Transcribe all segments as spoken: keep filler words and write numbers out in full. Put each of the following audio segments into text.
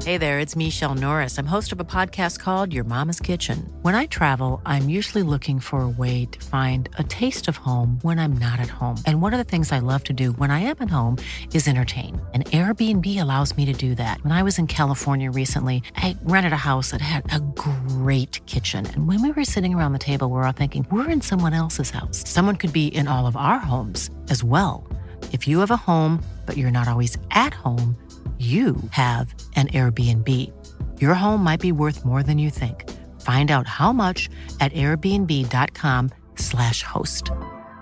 Hey there, it's Michelle Norris. I'm host of a podcast called Your Mama's Kitchen. When I travel, I'm usually looking for a way to find a taste of home when I'm not at home. And one of the things I love to do when I am at home is entertain. And Airbnb allows me to do that. When I was in California recently, I rented a house that had a great kitchen. And when we were sitting around the table, we were all thinking, we're in someone else's house. Someone could be in all of our homes as well. If you have a home, but you're not always at home, you have an Airbnb. Your home might be worth more than you think. Find out how much at airbnb.com slash host.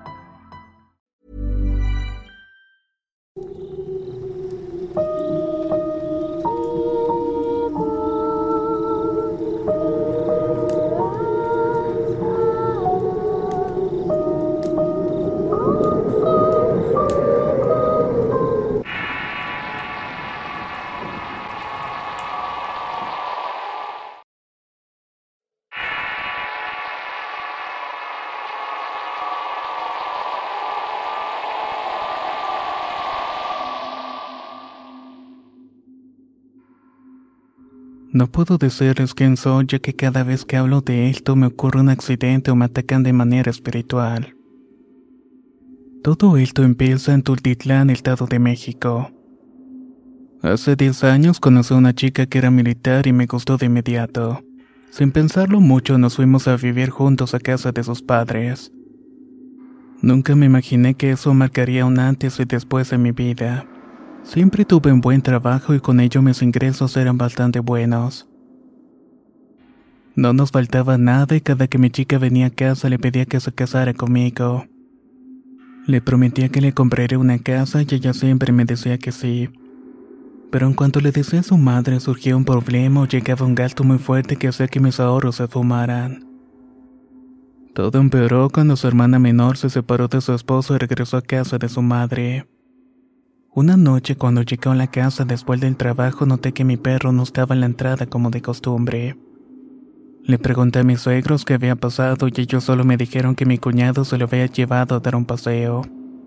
No puedo decirles quién soy, ya que cada vez que hablo de esto me ocurre un accidente o me atacan de manera espiritual. Todo esto empieza en Tultitlán, Estado de México. Hace diez años conocí a una chica que era militar y me gustó de inmediato. Sin pensarlo mucho nos fuimos a vivir juntos a casa de sus padres. Nunca me imaginé que eso marcaría un antes y después en mi vida. Siempre tuve un buen trabajo y con ello mis ingresos eran bastante buenos. No nos faltaba nada y cada que mi chica venía a casa le pedía que se casara conmigo. Le prometía que le compraré una casa y ella siempre me decía que sí. Pero en cuanto le decía a su madre surgía un problema o llegaba un gasto muy fuerte que hacía que mis ahorros se fumaran. Todo empeoró cuando su hermana menor se separó de su esposo y regresó a casa de su madre. Una noche cuando llegué a la casa después del trabajo noté que mi perro no estaba en la entrada como de costumbre. Le pregunté a mis suegros qué había pasado y ellos solo me dijeron que mi cuñado se lo había llevado a dar un paseo.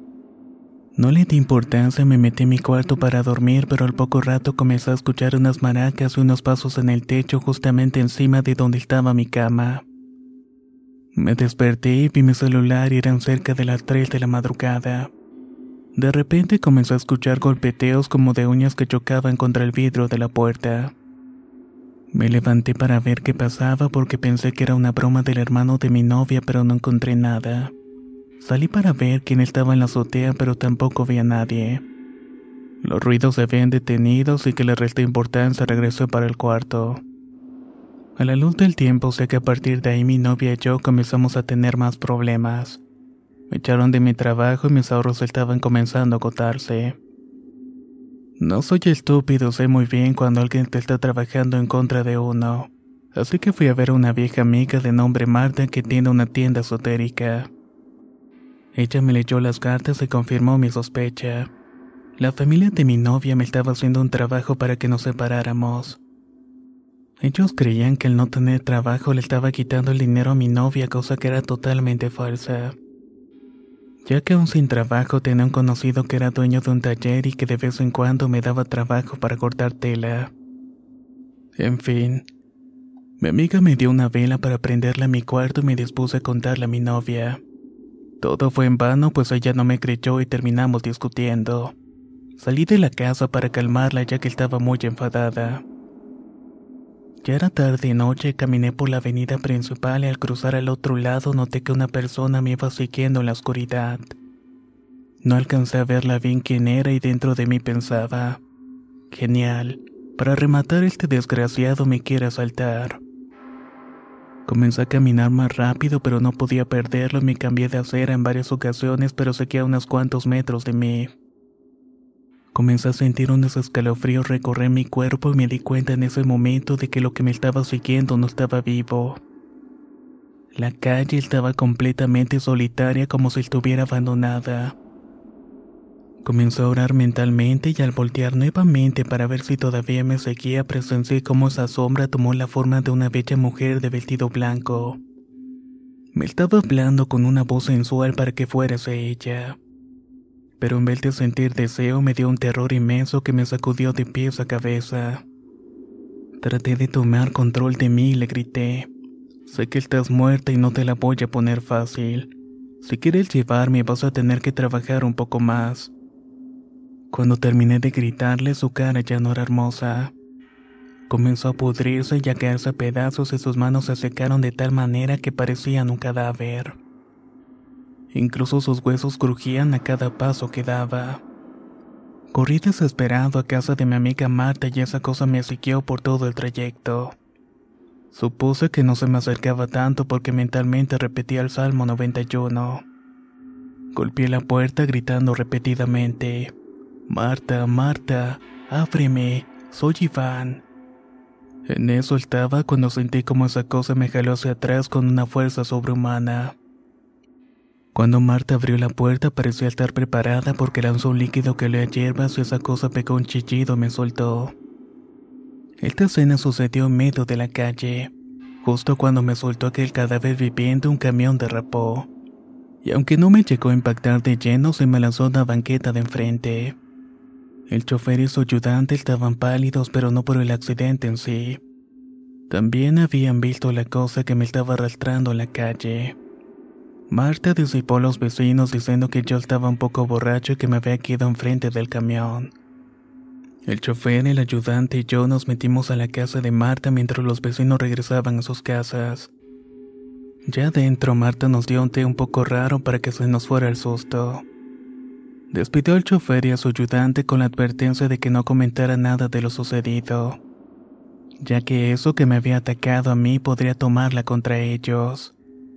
No le di importancia y me metí en mi cuarto para dormir, pero al poco rato comencé a escuchar unas maracas y unos pasos en el techo justamente encima de donde estaba mi cama. Me desperté y vi mi celular y eran cerca de las tres de la madrugada. De repente comencé a escuchar golpeteos como de uñas que chocaban contra el vidrio de la puerta. Me levanté para ver qué pasaba porque pensé que era una broma del hermano de mi novia, pero no encontré nada. Salí para ver quién estaba en la azotea, pero tampoco vi a nadie. Los ruidos se habían detenido y que le resté importancia regresé para el cuarto. A la luz del tiempo sé que a partir de ahí mi novia y yo comenzamos a tener más problemas. Me echaron de mi trabajo y mis ahorros estaban comenzando a agotarse. No soy estúpido, sé muy bien cuando alguien te está trabajando en contra de uno. Así que fui a ver a una vieja amiga de nombre Marta que tiene una tienda esotérica. Ella me leyó las cartas y confirmó mi sospecha. La familia de mi novia me estaba haciendo un trabajo para que nos separáramos. Ellos creían que el no tener trabajo le estaba quitando el dinero a mi novia, cosa que era totalmente falsa. Ya que aún sin trabajo tenía un conocido que era dueño de un taller y que de vez en cuando me daba trabajo para cortar tela. En fin, mi amiga me dio una vela para prenderla a mi cuarto y me dispuse a contarle a mi novia. Todo fue en vano, pues ella no me creyó y terminamos discutiendo. Salí de la casa para calmarla ya que estaba muy enfadada. Ya era tarde y noche y caminé por la avenida principal y al cruzar al otro lado noté que una persona me iba siguiendo en la oscuridad. No alcancé a verla bien quién era y dentro de mí pensaba, genial, para rematar este desgraciado me quiere asaltar. Comencé a caminar más rápido pero no podía perderlo y me cambié de acera en varias ocasiones pero seguía a unos cuantos metros de mí. Comencé a sentir unos escalofríos recorrer mi cuerpo y me di cuenta en ese momento de que lo que me estaba siguiendo no estaba vivo. La calle estaba completamente solitaria como si estuviera abandonada. Comencé a orar mentalmente y al voltear nuevamente para ver si todavía me seguía presencié cómo esa sombra tomó la forma de una bella mujer de vestido blanco. Me estaba hablando con una voz sensual para que fuera hacia ella. Pero en vez de sentir deseo me dio un terror inmenso que me sacudió de pies a cabeza. Traté de tomar control de mí y le grité: sé que estás muerta y no te la voy a poner fácil. Si quieres llevarme vas a tener que trabajar un poco más. Cuando terminé de gritarle, su cara ya no era hermosa. Comenzó a pudrirse y a caerse a pedazos y sus manos se secaron de tal manera que parecían un cadáver. Incluso sus huesos crujían a cada paso que daba. Corrí desesperado a casa de mi amiga Marta y esa cosa me siguió por todo el trayecto. Supuse que no se me acercaba tanto porque mentalmente repetía el Salmo noventa y uno. Golpeé la puerta gritando repetidamente: Marta, Marta, ábreme, soy Iván. En eso estaba cuando sentí como esa cosa me jaló hacia atrás con una fuerza sobrehumana. Cuando Marta abrió la puerta parecía estar preparada porque lanzó un líquido que olía a hierbas y esa cosa pegó un chillido y me soltó. Esta escena sucedió en medio de la calle. Justo cuando me soltó aquel cadáver viviente, un camión derrapó. Y aunque no me llegó a impactar de lleno, se me lanzó una banqueta de enfrente. El chofer y su ayudante estaban pálidos, pero no por el accidente en sí. También habían visto la cosa que me estaba arrastrando en la calle. Marta disipó a los vecinos diciendo que yo estaba un poco borracho y que me había quedado enfrente del camión. El chofer, el ayudante y yo nos metimos a la casa de Marta mientras los vecinos regresaban a sus casas. Ya adentro, Marta nos dio un té un poco raro para que se nos fuera el susto. Despidió al chofer y a su ayudante con la advertencia de que no comentara nada de lo sucedido, ya que eso que me había atacado a mí podría tomarla contra ellos.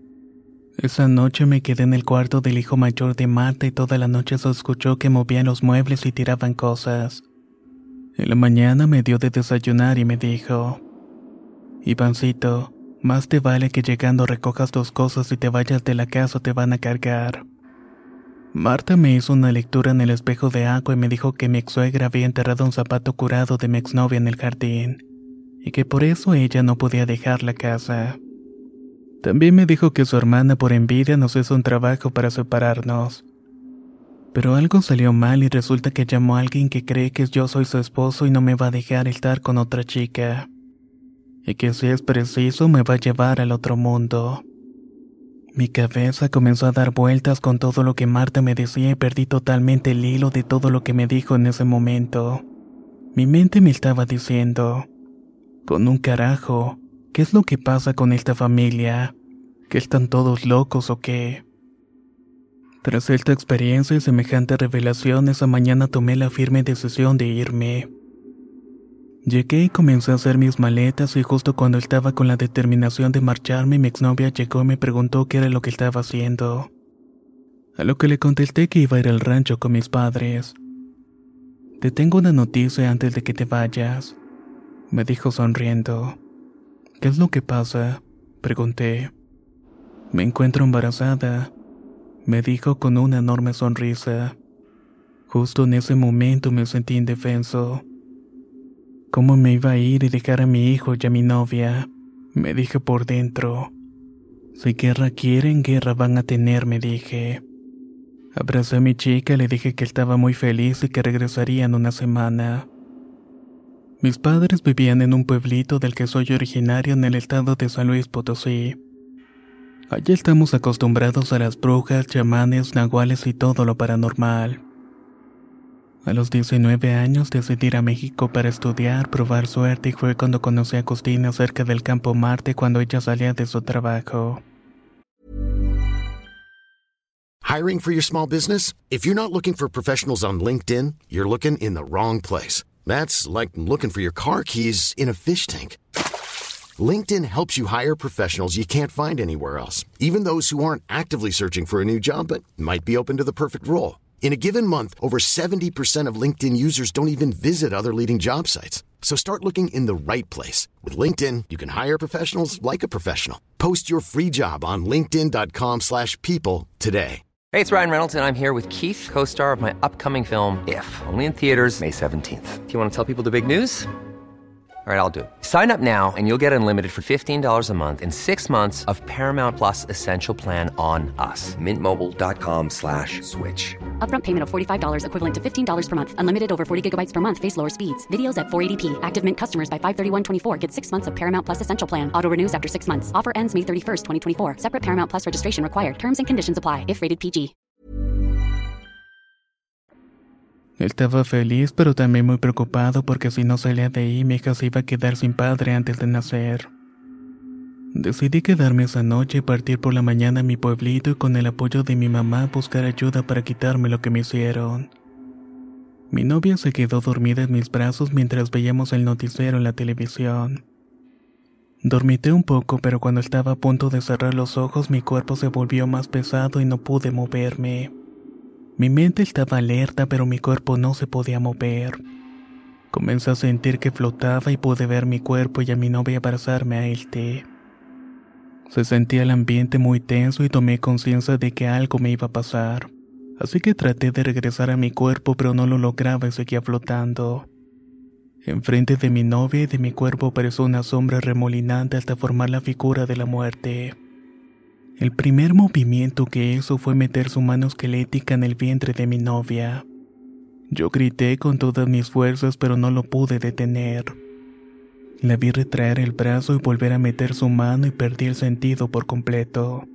Esa noche me quedé en el cuarto del hijo mayor de Marta y toda la noche se escuchó que movían los muebles y tiraban cosas. En la mañana me dio de desayunar y me dijo: Ivancito, más te vale que llegando recojas tus cosas y te vayas de la casa o te van a cargar. Marta me hizo una lectura en el espejo de agua y me dijo que mi ex suegra había enterrado un zapato curado de mi exnovia en el jardín, y que por eso ella no podía dejar la casa. También me dijo que su hermana por envidia nos hizo un trabajo para separarnos. Pero algo salió mal y resulta que llamó a alguien que cree que yo soy su esposo y no me va a dejar estar con otra chica. Y que si es preciso me va a llevar al otro mundo. Mi cabeza comenzó a dar vueltas con todo lo que Marta me decía y perdí totalmente el hilo de todo lo que me dijo en ese momento. Mi mente me estaba diciendo: con un carajo, ¿qué es lo que pasa con esta familia? ¿Que están todos locos o qué? Tras esta experiencia y semejante revelación, esa mañana tomé la firme decisión de irme. Llegué y comencé a hacer mis maletas y justo cuando estaba con la determinación de marcharme, mi exnovia llegó y me preguntó qué era lo que estaba haciendo. A lo que le contesté que iba a ir al rancho con mis padres. Te tengo una noticia antes de que te vayas, me dijo sonriendo. ¿Qué es lo que pasa?, pregunté. Me encuentro embarazada, me dijo con una enorme sonrisa. Justo en ese momento me sentí indefenso. ¿Cómo me iba a ir y dejar a mi hijo y a mi novia?, me dije por dentro. Si guerra quieren, guerra van a tener, me dije. Abracé a mi chica y le dije que estaba muy feliz y que regresaría en una semana. Mis padres vivían en un pueblito del que soy originario en el estado de San Luis Potosí. Allí estamos acostumbrados a las brujas, chamanes, nahuales y todo lo paranormal. A los diecinueve años decidí ir a México para estudiar, probar suerte y fue cuando conocí a Cristina cerca del Campo Marte cuando ella salía de su trabajo. Hiring for your small business? If you're not looking for professionals on LinkedIn, you're looking in the wrong place. That's like looking for your car keys in a fish tank. LinkedIn helps you hire professionals you can't find anywhere else, even those who aren't actively searching for a new job but might be open to the perfect role. In a given month, over seventy percent of LinkedIn users don't even visit other leading job sites. So start looking in the right place. With LinkedIn, you can hire professionals like a professional. Post your free job on linkedin dot com slash people today. Hey, it's Ryan Reynolds, and I'm here with Keith, co-star of my upcoming film, If, only in theaters May seventeenth. Do you want to tell people the big news? All right, I'll do it. Sign up now and you'll get unlimited for fifteen dollars a month and six months of Paramount Plus Essential Plan on us. Mint Mobile dot com slash switch. Upfront payment of forty-five dollars equivalent to fifteen dollars per month. Unlimited over forty gigabytes per month. Face lower speeds. Videos at four eighty p. Active Mint customers by five thirty-one twenty-four get six months of Paramount Plus Essential Plan. Auto renews after six months. Offer ends May thirty-first, twenty twenty-four. Separate Paramount Plus registration required. Terms and conditions apply if rated P G. Estaba feliz, pero también muy preocupado porque si no salía de ahí, mi hija se iba a quedar sin padre antes de nacer. Decidí quedarme esa noche y partir por la mañana a mi pueblito y con el apoyo de mi mamá buscar ayuda para quitarme lo que me hicieron. Mi novia se quedó dormida en mis brazos mientras veíamos el noticiero en la televisión. Dormité un poco, pero cuando estaba a punto de cerrar los ojos, mi cuerpo se volvió más pesado y no pude moverme. Mi mente estaba alerta, pero mi cuerpo no se podía mover. Comencé a sentir que flotaba y pude ver mi cuerpo y a mi novia abrazarme a él. Se sentía el ambiente muy tenso y tomé conciencia de que algo me iba a pasar. Así que traté de regresar a mi cuerpo, pero no lo lograba y seguía flotando. Enfrente de mi novia y de mi cuerpo apareció una sombra remolinante hasta formar la figura de la muerte. El primer movimiento que hizo fue meter su mano esquelética en el vientre de mi novia. Yo grité con todas mis fuerzas, pero no lo pude detener. La vi retraer el brazo y volver a meter su mano y perdí el sentido por completo.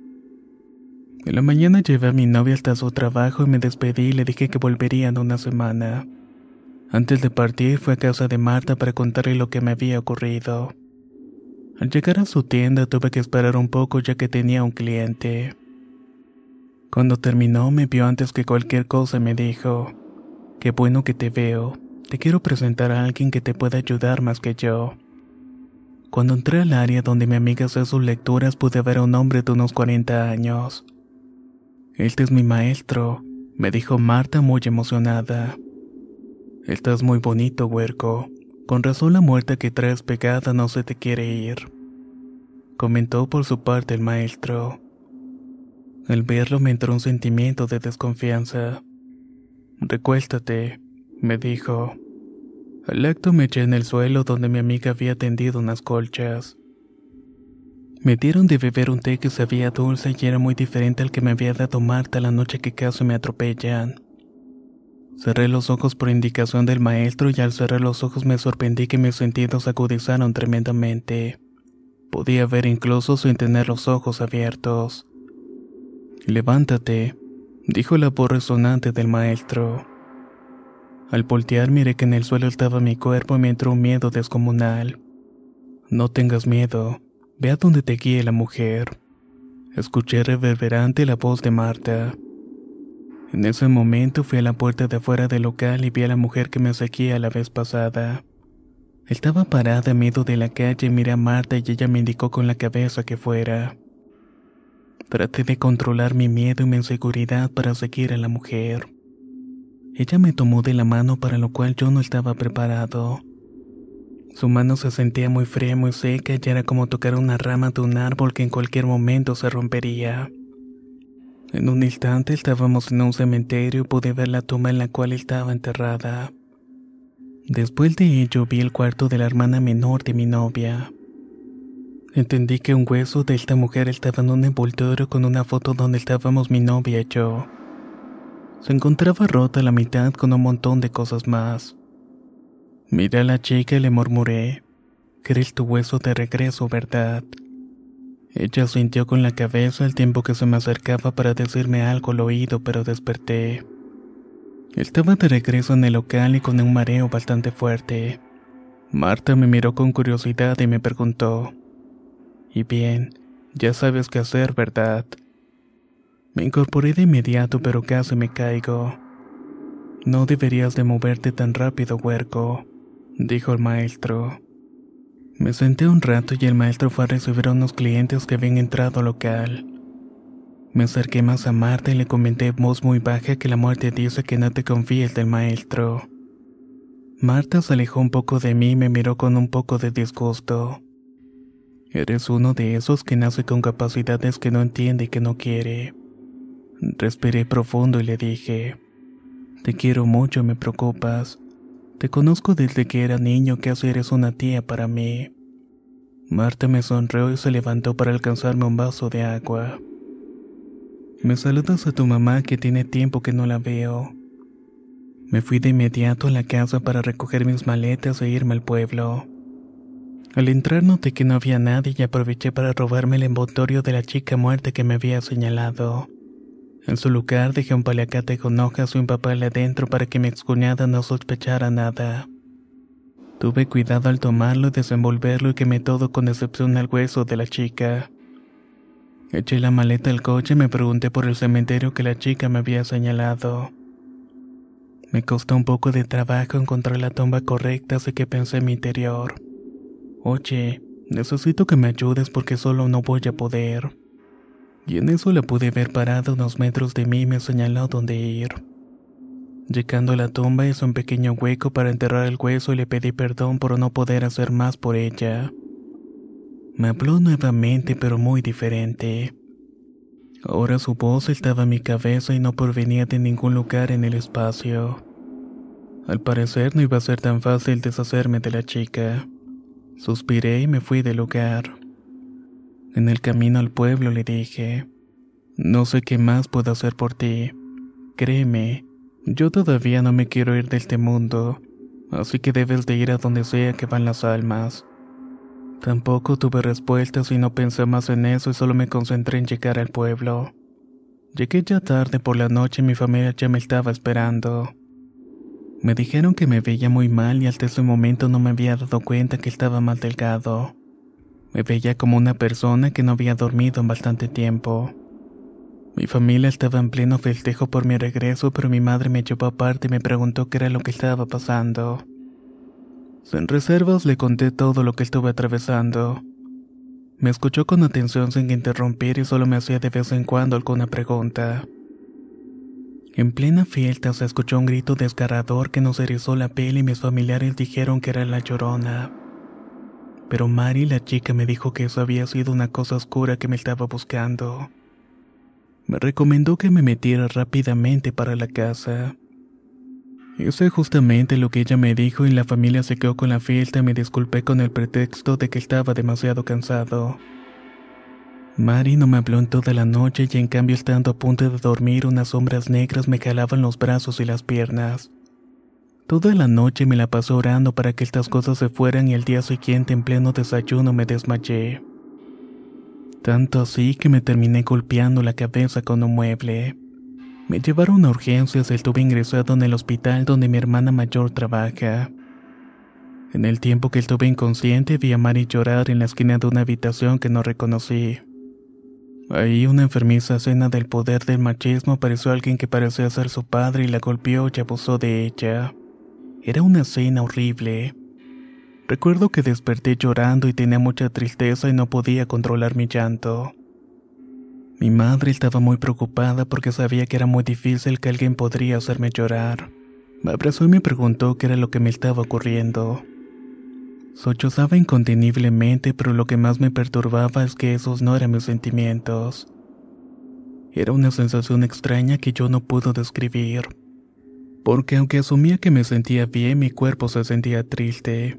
En la mañana llevé a mi novia hasta su trabajo y me despedí y le dije que volvería en una semana. Antes de partir fui a casa de Marta para contarle lo que me había ocurrido. Al llegar a su tienda tuve que esperar un poco ya que tenía un cliente. Cuando terminó me vio antes que cualquier cosa y me dijo: «Qué bueno que te veo, te quiero presentar a alguien que te pueda ayudar más que yo». Cuando entré al área donde mi amiga hacía sus lecturas pude ver a un hombre de unos cuarenta años. «Este es mi maestro», me dijo Marta muy emocionada. «Estás muy bonito, huerco. Con razón la muerte que traes pegada no se te quiere ir», comentó por su parte el maestro. Al verlo me entró un sentimiento de desconfianza. «Recuéstate», me dijo. Al acto me eché en el suelo donde mi amiga había tendido unas colchas. Me dieron de beber un té que sabía dulce y era muy diferente al que me había dado Marta la noche que casi me atropellan. Cerré los ojos por indicación del maestro y al cerrar los ojos me sorprendí que mis sentidos se agudizaron tremendamente. Podía ver incluso sin tener los ojos abiertos. «Levántate», dijo la voz resonante del maestro. Al voltear miré que en el suelo estaba mi cuerpo y me entró un miedo descomunal. «No tengas miedo, ve a donde te guíe la mujer», escuché reverberante la voz de Marta. En ese momento fui a la puerta de afuera del local y vi a la mujer que me seguía la vez pasada. Estaba parada en medio de la calle y miré a Marta y ella me indicó con la cabeza que fuera. Traté de controlar mi miedo y mi inseguridad para seguir a la mujer. Ella me tomó de la mano para lo cual yo no estaba preparado. Su mano se sentía muy fría y muy seca y era como tocar una rama de un árbol que en cualquier momento se rompería. En un instante estábamos en un cementerio y pude ver la tumba en la cual estaba enterrada. Después de ello vi el cuarto de la hermana menor de mi novia. Entendí que un hueso de esta mujer estaba en un envoltorio con una foto donde estábamos mi novia y yo. Se encontraba rota a la mitad con un montón de cosas más. Miré a la chica y le murmuré: «¿Quieres tu hueso de regreso, verdad?». Ella sintió con la cabeza al tiempo que se me acercaba para decirme algo al oído, pero desperté. Estaba de regreso en el local y con un mareo bastante fuerte. Marta me miró con curiosidad y me preguntó: «Y bien, ya sabes qué hacer, ¿verdad?». Me incorporé de inmediato, pero casi me caigo. «No deberías de moverte tan rápido, huerco», dijo el maestro. Me senté un rato y el maestro fue a recibir a unos clientes que habían entrado al local. Me acerqué más a Marta y le comenté en voz muy baja que la muerte dice que no te confíes del maestro. Marta se alejó un poco de mí y me miró con un poco de disgusto. «Eres uno de esos que nace con capacidades que no entiende y que no quiere». Respiré profundo y le dije: «Te quiero mucho y me preocupas. Te conozco desde que era niño, casi eres una tía para mí. Marta me sonrió y se levantó para alcanzarme un vaso de agua. Me saludas a tu mamá, que tiene tiempo que no la veo. Me fui de inmediato a la casa para recoger mis maletas e irme al pueblo. Al entrar noté que no había nadie y aproveché para robarme el envoltorio de la chica muerta que me había señalado. En su lugar dejé un paliacate con hojas y un papel adentro para que mi excuñada no sospechara nada. Tuve cuidado al tomarlo y desenvolverlo y quemé todo con excepción al hueso de la chica. Eché la maleta al coche y me pregunté por el cementerio que la chica me había señalado. Me costó un poco de trabajo encontrar la tumba correcta, así que pensé en mi interior. Oye, necesito que me ayudes porque solo no voy a poder. Y en eso la pude ver parada a unos metros de mí y me señaló dónde ir. Llegando a la tumba hice un pequeño hueco para enterrar el hueso y le pedí perdón por no poder hacer más por ella. Me habló nuevamente, pero muy diferente. Ahora su voz estaba en mi cabeza y no provenía de ningún lugar en el espacio. Al parecer no iba a ser tan fácil deshacerme de la chica. Suspiré y me fui del lugar. En el camino al pueblo le dije, no sé qué más puedo hacer por ti. Créeme, yo todavía no me quiero ir de este mundo, así que debes de ir a donde sea que van las almas. Tampoco tuve respuestas y no pensé más en eso y solo me concentré en llegar al pueblo. Llegué ya tarde por la noche y mi familia ya me estaba esperando. Me dijeron que me veía muy mal y hasta ese momento no me había dado cuenta que estaba mal delgado. Me veía como una persona que no había dormido en bastante tiempo. Mi familia estaba en pleno festejo por mi regreso, pero mi madre me llevó aparte y me preguntó qué era lo que estaba pasando. Sin reservas le conté todo lo que estuve atravesando. Me escuchó con atención sin interrumpir y solo me hacía de vez en cuando alguna pregunta. En plena fiesta se escuchó un grito desgarrador que nos erizó la piel y mis familiares dijeron que era la Llorona. Pero Mari, la chica, me dijo que eso había sido una cosa oscura que me estaba buscando. Me recomendó que me metiera rápidamente para la casa. Hice justamente lo que ella me dijo y la familia se quedó con la fiesta y me disculpé con el pretexto de que estaba demasiado cansado. Mari no me habló en toda la noche y en cambio estando a punto de dormir unas sombras negras me jalaban los brazos y las piernas. Toda la noche me la pasé orando para que estas cosas se fueran y el día siguiente en pleno desayuno me desmayé. Tanto así que me terminé golpeando la cabeza con un mueble. Me llevaron a urgencias y estuve ingresado en el hospital donde mi hermana mayor trabaja. En el tiempo que estuve inconsciente vi a Mari llorar en la esquina de una habitación que no reconocí. Ahí una enfermiza escena del poder del machismo apareció alguien que parecía ser su padre y la golpeó y abusó de ella. Era una escena horrible. Recuerdo que desperté llorando y tenía mucha tristeza y no podía controlar mi llanto. Mi madre estaba muy preocupada porque sabía que era muy difícil que alguien podría hacerme llorar. Me abrazó y me preguntó qué era lo que me estaba ocurriendo. Sollozaba inconteniblemente, pero lo que más me perturbaba es que esos no eran mis sentimientos. Era una sensación extraña que yo no puedo describir. Porque aunque asumía que me sentía bien, mi cuerpo se sentía triste.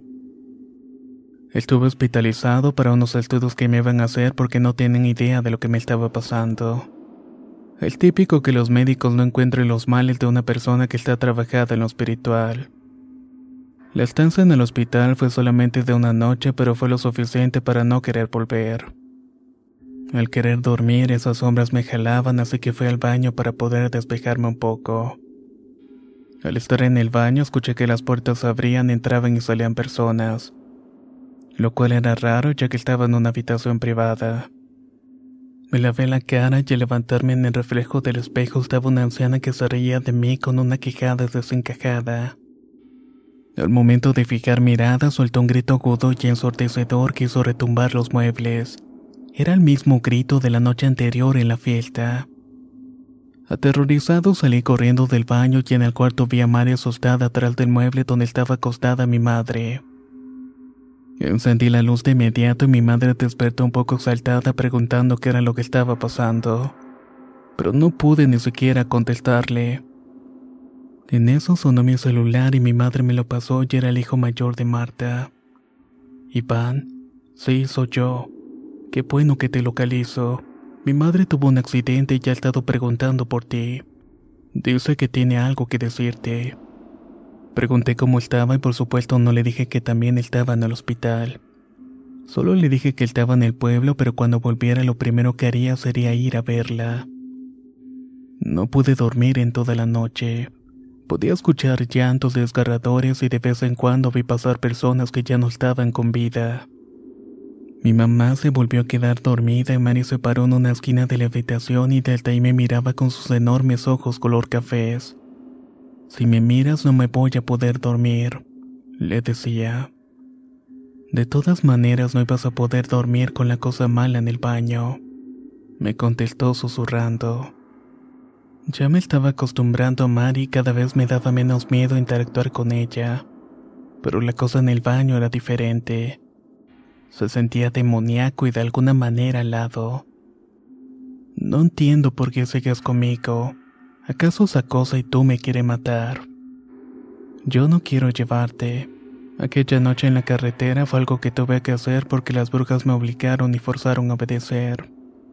Estuve hospitalizado para unos estudios que me iban a hacer porque no tienen idea de lo que me estaba pasando. El típico que los médicos no encuentren los males de una persona que está trabajada en lo espiritual. La estancia en el hospital fue solamente de una noche, pero fue lo suficiente para no querer volver. Al querer dormir, esas sombras me jalaban, así que fui al baño para poder despejarme un poco. Al estar en el baño, escuché que las puertas se abrían, entraban y salían personas, lo cual era raro ya que estaba en una habitación privada. Me lavé la cara y al levantarme en el reflejo del espejo estaba una anciana que se reía de mí con una quejada desencajada. Al momento de fijar mirada, soltó un grito agudo y ensordecedor que hizo retumbar los muebles. Era el mismo grito de la noche anterior en la fiesta. Aterrorizado salí corriendo del baño y en el cuarto vi a Mari asustada atrás del mueble donde estaba acostada mi madre. Encendí la luz de inmediato y mi madre despertó un poco exaltada preguntando qué era lo que estaba pasando. Pero no pude ni siquiera contestarle. En eso sonó mi celular y mi madre me lo pasó y era el hijo mayor de Marta. Iván, sí, soy yo. Qué bueno que te localizo. Mi madre tuvo un accidente y ha estado preguntando por ti. Dice que tiene algo que decirte. Pregunté cómo estaba y por supuesto no le dije que también estaba en el hospital. Solo le dije que estaba en el pueblo, pero cuando volviera lo primero que haría sería ir a verla. No pude dormir en toda la noche. Podía escuchar llantos desgarradores y de vez en cuando vi pasar personas que ya no estaban con vida. Mi mamá se volvió a quedar dormida y Mari se paró en una esquina de la habitación y desde ahí me miraba con sus enormes ojos color cafés. Si me miras no me voy a poder dormir, le decía. De todas maneras no ibas a poder dormir con la cosa mala en el baño, me contestó susurrando. Ya me estaba acostumbrando a Mari y cada vez me daba menos miedo interactuar con ella, pero la cosa en el baño era diferente. Se sentía demoníaco y de alguna manera al lado. No entiendo por qué sigues conmigo. ¿Acaso esa cosa y tú me quieres matar? Yo no quiero llevarte. Aquella noche en la carretera fue algo que tuve que hacer porque las brujas me obligaron y forzaron a obedecer.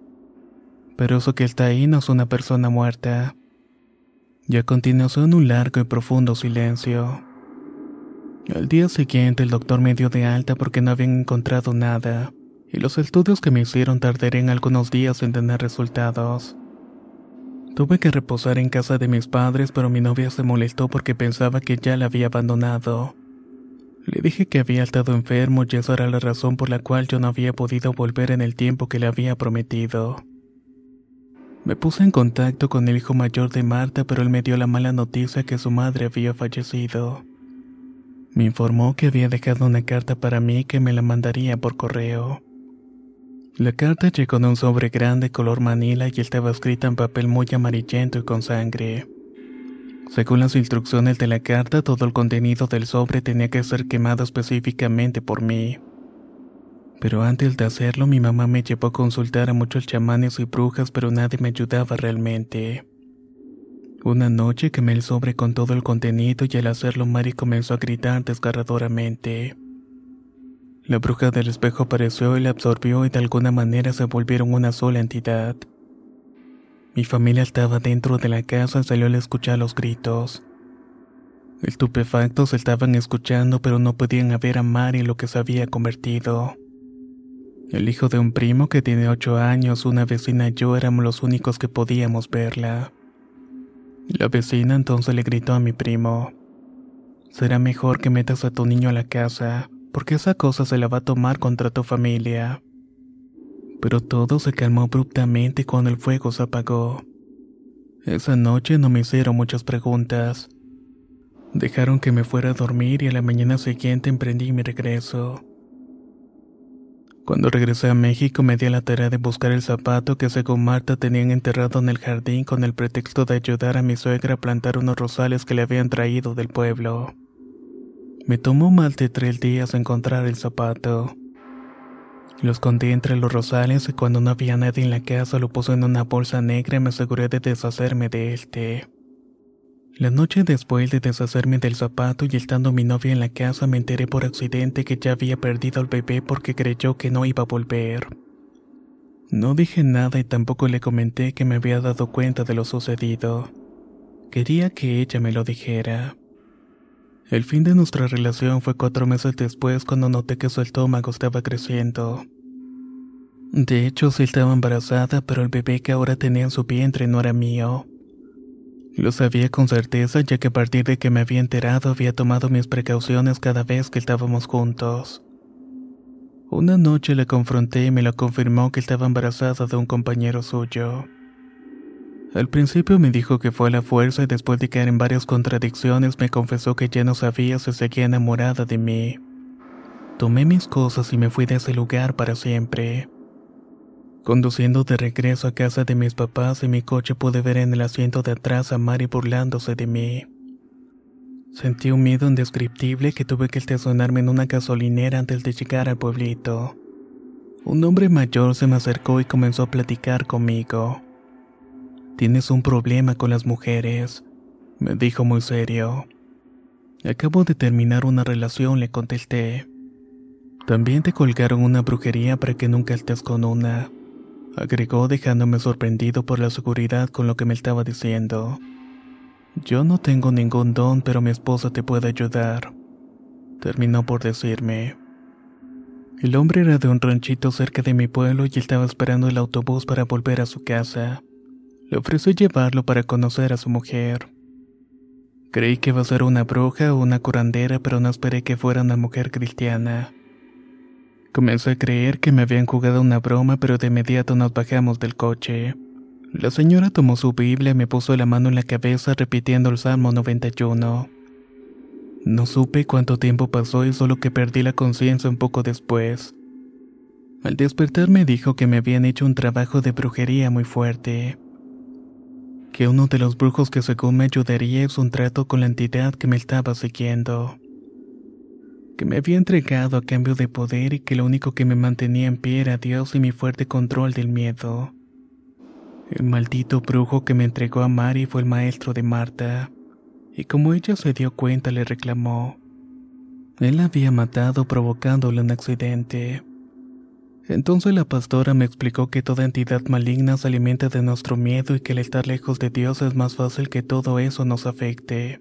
Pero eso que está ahí no es una persona muerta. Y a continuación un largo y profundo silencio. Al día siguiente el doctor me dio de alta porque no habían encontrado nada, y los estudios que me hicieron tardarían algunos días en tener resultados. Tuve que reposar en casa de mis padres, pero mi novia se molestó porque pensaba que ya la había abandonado. Le dije que había estado enfermo y esa era la razón por la cual yo no había podido volver en el tiempo que le había prometido. Me puse en contacto con el hijo mayor de Marta, pero él me dio la mala noticia que su madre había fallecido. Me informó que había dejado una carta para mí que me la mandaría por correo. La carta llegó en un sobre grande color manila y estaba escrita en papel muy amarillento y con sangre. Según las instrucciones de la carta, todo el contenido del sobre tenía que ser quemado específicamente por mí. Pero antes de hacerlo, mi mamá me llevó a consultar a muchos chamanes y brujas, pero nadie me ayudaba realmente. Una noche quemé el sobre con todo el contenido y al hacerlo Mari comenzó a gritar desgarradoramente. La bruja del espejo apareció y la absorbió y de alguna manera se volvieron una sola entidad. Mi familia estaba dentro de la casa y salió al escuchar los gritos. Estupefactos estaban escuchando pero no podían ver a Mari en lo que se había convertido. El hijo de un primo que tiene ocho años, una vecina y yo éramos los únicos que podíamos verla. La vecina entonces le gritó a mi primo: «Será mejor que metas a tu niño a la casa, porque esa cosa se la va a tomar contra tu familia». Pero todo se calmó abruptamente cuando el fuego se apagó. Esa noche no me hicieron muchas preguntas. Dejaron que me fuera a dormir y a la mañana siguiente emprendí mi regreso. Cuando regresé a México me di a la tarea de buscar el zapato que según Marta tenían enterrado en el jardín con el pretexto de ayudar a mi suegra a plantar unos rosales que le habían traído del pueblo. Me tomó más de tres días encontrar el zapato. Lo escondí entre los rosales y cuando no había nadie en la casa lo puse en una bolsa negra y me aseguré de deshacerme de este. La noche después de deshacerme del zapato y estando mi novia en la casa me enteré por accidente que ya había perdido al bebé porque creyó que no iba a volver. No dije nada y tampoco le comenté que me había dado cuenta de lo sucedido. Quería que ella me lo dijera. El fin de nuestra relación fue cuatro meses después cuando noté que su estómago estaba creciendo. De hecho, sí estaba embarazada, pero el bebé que ahora tenía en su vientre no era mío. Lo sabía con certeza ya que a partir de que me había enterado había tomado mis precauciones cada vez que estábamos juntos. Una noche la confronté y me lo confirmó que estaba embarazada de un compañero suyo. Al principio me dijo que fue a la fuerza y después de caer en varias contradicciones me confesó que ya no sabía si seguía enamorada de mí. Tomé mis cosas y me fui de ese lugar para siempre. Conduciendo de regreso a casa de mis papás en mi coche pude ver en el asiento de atrás a Mari burlándose de mí. Sentí un miedo indescriptible que tuve que estacionarme en una gasolinera antes de llegar al pueblito. Un hombre mayor se me acercó y comenzó a platicar conmigo. «Tienes un problema con las mujeres. Me dijo muy serio. Acabo de terminar una relación, le contesté. También te colgaron una brujería para que nunca estés con una, agregó dejándome sorprendido por la seguridad con lo que me estaba diciendo. Yo no tengo ningún don, pero mi esposa te puede ayudar, terminó por decirme. El hombre era de un ranchito cerca de mi pueblo y estaba esperando el autobús para volver a su casa. Le ofrecí llevarlo para conocer a su mujer. Creí que iba a ser una bruja o una curandera, pero no esperé que fuera una mujer cristiana. Comencé a creer que me habían jugado una broma, pero de inmediato nos bajamos del coche. La señora tomó su Biblia y me puso la mano en la cabeza repitiendo el Salmo noventa y uno. No supe cuánto tiempo pasó y solo que perdí la conciencia un poco después. Al despertar me dijo que me habían hecho un trabajo de brujería muy fuerte. Que uno de los brujos que según me ayudaría es un trato con la entidad que me estaba siguiendo. Que me había entregado a cambio de poder y que lo único que me mantenía en pie era Dios y mi fuerte control del miedo. El maldito brujo que me entregó a Mari fue el maestro de Marta, y como ella se dio cuenta le reclamó. Él la había matado provocándole un accidente. Entonces la pastora me explicó que toda entidad maligna se alimenta de nuestro miedo y que al estar lejos de Dios es más fácil que todo eso nos afecte.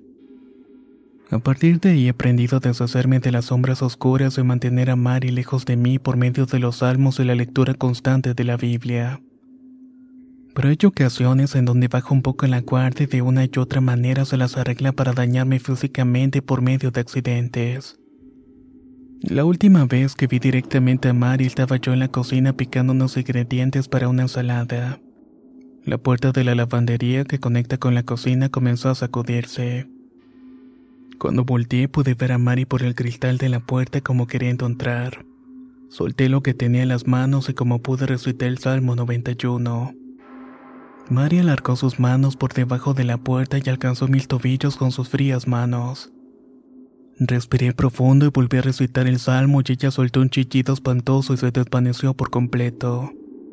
A partir de ahí he aprendido a deshacerme de las sombras oscuras y mantener a Mari lejos de mí por medio de los salmos y la lectura constante de la Biblia. Pero hay ocasiones en donde bajo un poco la guardia y de una y otra manera se las arregla para dañarme físicamente por medio de accidentes. La última vez que vi directamente a Mari estaba yo en la cocina picando unos ingredientes para una ensalada. La puerta de la lavandería que conecta con la cocina comenzó a sacudirse. Cuando volteé pude ver a Mari por el cristal de la puerta como queriendo entrar. Solté lo que tenía en las manos y como pude recité el Salmo noventa y uno. Mari alargó sus manos por debajo de la puerta y alcanzó mis tobillos con sus frías manos. Respiré profundo y volví a recitar el salmo y ella soltó un chillido espantoso y se desvaneció por completo.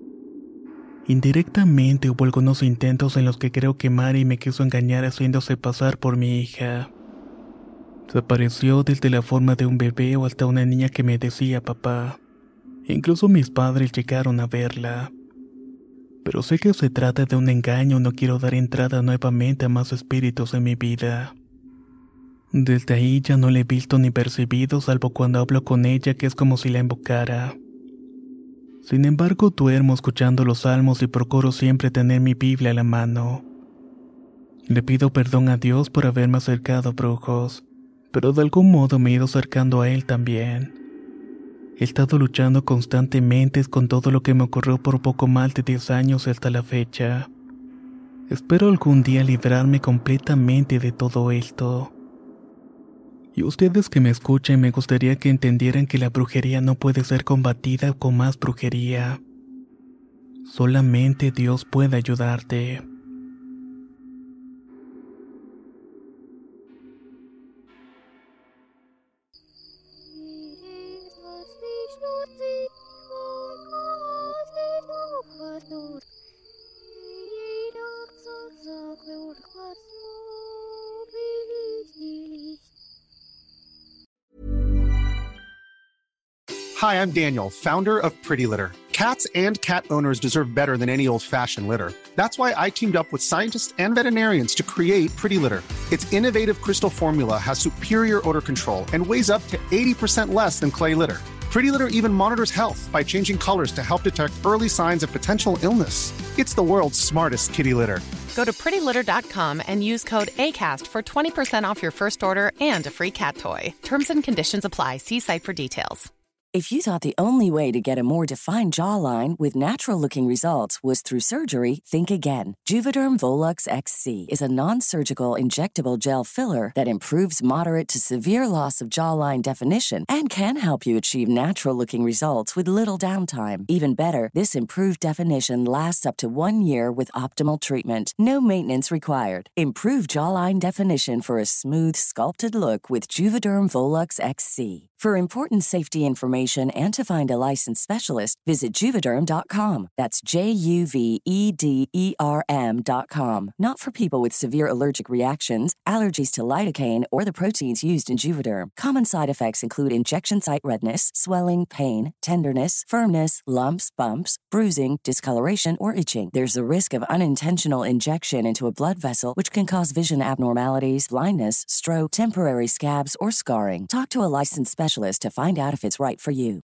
Indirectamente hubo algunos intentos en los que creo que Mari me quiso engañar haciéndose pasar por mi hija. Se apareció desde la forma de un bebé o hasta una niña que me decía papá. Incluso mis padres llegaron a verla. Pero sé que se trata de un engaño y no quiero dar entrada nuevamente a más espíritus en mi vida. Desde ahí ya no la he visto ni percibido salvo cuando hablo con ella, que es como si la invocara. Sin embargo, duermo escuchando los salmos y procuro siempre tener mi Biblia a la mano. Le pido perdón a Dios por haberme acercado a brujos, pero de algún modo me he ido acercando a Él también. He estado luchando constantemente con todo lo que me ocurrió por poco más de diez años hasta la fecha. Espero algún día librarme completamente de todo esto. Y ustedes que me escuchen, me gustaría que entendieran que la brujería no puede ser combatida con más brujería. Solamente Dios puede ayudarte. Hi, I'm Daniel, founder of Pretty Litter. Cats and cat owners deserve better than any old-fashioned litter. That's why I teamed up with scientists and veterinarians to create Pretty Litter. Its innovative crystal formula has superior odor control and weighs up to eighty percent less than clay litter. Pretty Litter even monitors health by changing colors to help detect early signs of potential illness. It's the world's smartest kitty litter. Go to pretty litter dot com and use code ACAST for twenty percent off your first order and a free cat toy. Terms and conditions apply. See site for details. If you thought the only way to get a more defined jawline with natural-looking results was through surgery, think again. Juvederm Volux X C is a non-surgical injectable gel filler that improves moderate to severe loss of jawline definition and can help you achieve natural-looking results with little downtime. Even better, this improved definition lasts up to one year with optimal treatment. No maintenance required. Improve jawline definition for a smooth, sculpted look with Juvederm Volux X C. For important safety information and to find a licensed specialist, visit Juvederm dot com. That's J U V E D E R M dot com. Not for people with severe allergic reactions, allergies to lidocaine, or the proteins used in Juvederm. Common side effects include injection site redness, swelling, pain, tenderness, firmness, lumps, bumps, bruising, discoloration, or itching. There's a risk of unintentional injection into a blood vessel, which can cause vision abnormalities, blindness, stroke, temporary scabs, or scarring. Talk to a licensed specialist to find out if it's right for you.